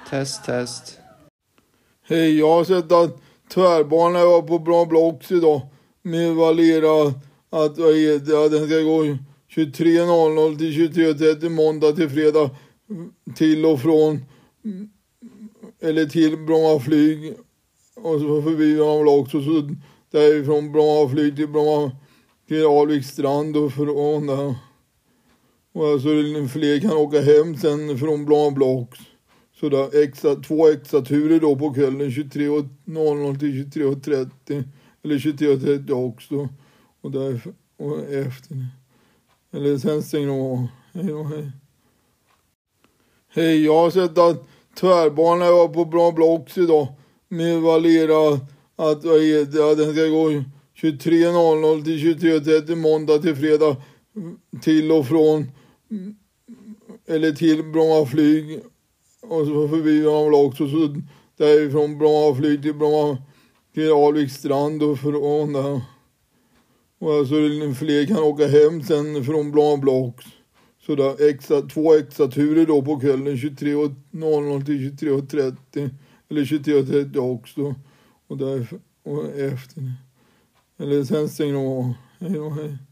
Test. Hej, jag har sett att tvärbanan var på Bra Blocks idag med Valera att den ska gå 23.00 till 23.30 måndag till fredag till och från eller till Bromma flyg och så förbi Bromma Blocks och så därifrån Bromma flyg till Alvik strand och från där. Och alltså fler kan åka hem sen från Bromma Blocks. Så där två extra turer då på kvällen 23.00 till 23.30 eller 23.30 också. Och där och efter. Eller sen stänger de av. Hej. Hej, jag har sett att tvärbanan var på Bra Blocks idag med Valera att den ska gå 23.00 till 23.30 måndag till fredag till och från eller till Bromma flyg och så förbi Bromma Blocks och så därifrån Bromma flyg till Alvik strand och från där. Och alltså fler kan åka hem sen från Bromma Blocks. Så där två extra turer då på kvällen 23.00 till 23.30 eller 23.30 också. Och där och efter. Eller sen stänger de av. Hej.